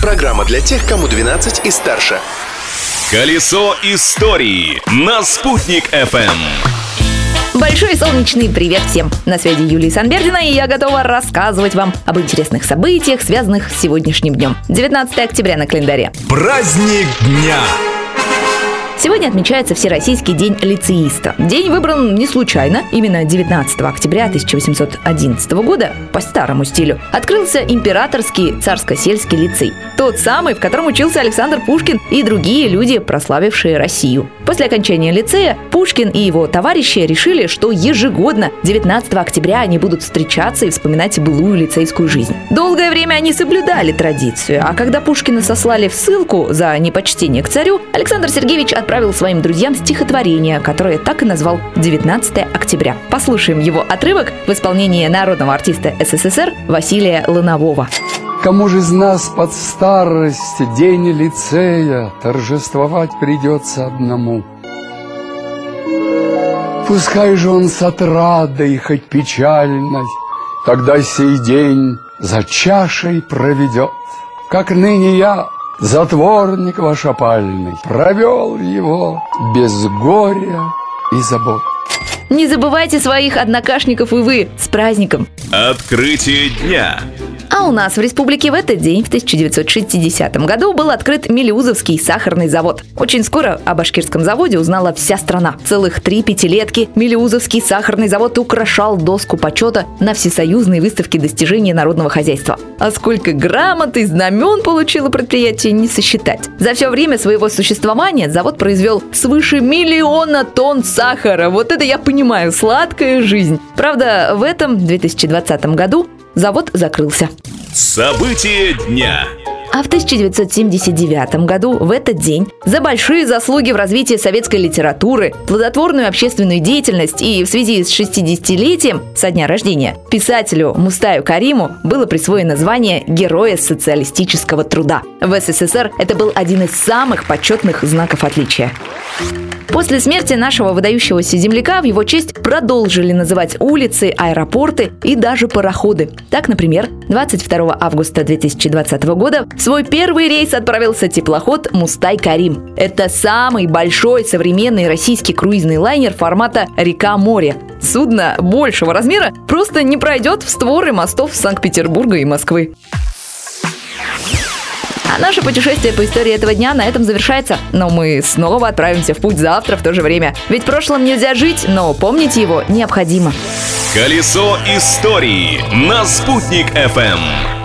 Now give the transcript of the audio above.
Программа для тех, кому 12 и старше. Колесо истории на Спутник FM. Большой солнечный привет всем! На связи Юлия Санбердина, и я готова рассказывать вам об интересных событиях, связанных с сегодняшним днем. 19 октября на календаре. Праздник дня! Сегодня отмечается Всероссийский день лицеиста. День выбран не случайно. Именно 19 октября 1811 года, по старому стилю, открылся Императорский царско-сельский лицей. Тот самый, в котором учился Александр Пушкин и другие люди, прославившие Россию. После окончания лицея Пушкин и его товарищи решили, что ежегодно 19 октября они будут встречаться и вспоминать былую лицейскую жизнь. Долгое время они соблюдали традицию, а когда Пушкина сослали в ссылку за непочтение к царю, Александр Сергеевич отправил своим друзьям стихотворение, которое так и назвал 19 октября. Послушаем его отрывок в исполнении народного артиста СССР Василия Ланового. Кому же из нас под старость день лицея торжествовать придется одному? Пускай же он с отрадой, хоть печальной, тогда сей день за чашей проведет, как ныне я, затворник ваш опальный, провел его без горя и забот. Не забывайте своих однокашников и вы. С праздником! Открытие дня! А у нас в республике в этот день, в 1960 году, был открыт Мелеузовский сахарный завод. Очень скоро о башкирском заводе узнала вся страна. Целых 3 пятилетки Мелеузовский сахарный завод украшал доску почета на всесоюзной выставке достижений народного хозяйства. А сколько грамот и знамен получило предприятие, не сосчитать. За все время своего существования завод произвел свыше 1 миллиона тонн сахара. Вот это я понимаю, сладкая жизнь. Правда, в этом 2020 году завод закрылся. События дня! А в 1979 году, в этот день, за большие заслуги в развитии советской литературы, плодотворную общественную деятельность и в связи с 60-летием со дня рождения, писателю Мустаю Кариму было присвоено звание Героя социалистического труда. В СССР это был один из самых почетных знаков отличия. После смерти нашего выдающегося земляка в его честь продолжили называть улицы, аэропорты и даже пароходы. Так, например, 22 августа 2020 года в свой первый рейс отправился теплоход «Мустай Карим». Это самый большой современный российский круизный лайнер формата «Река-море». Судно большего размера просто не пройдет в створы мостов Санкт-Петербурга и Москвы. А наше путешествие по истории этого дня на этом завершается. Но мы снова отправимся в путь завтра в то же время. Ведь в прошлом нельзя жить, но помнить его необходимо. Колесо истории на Спутник FM.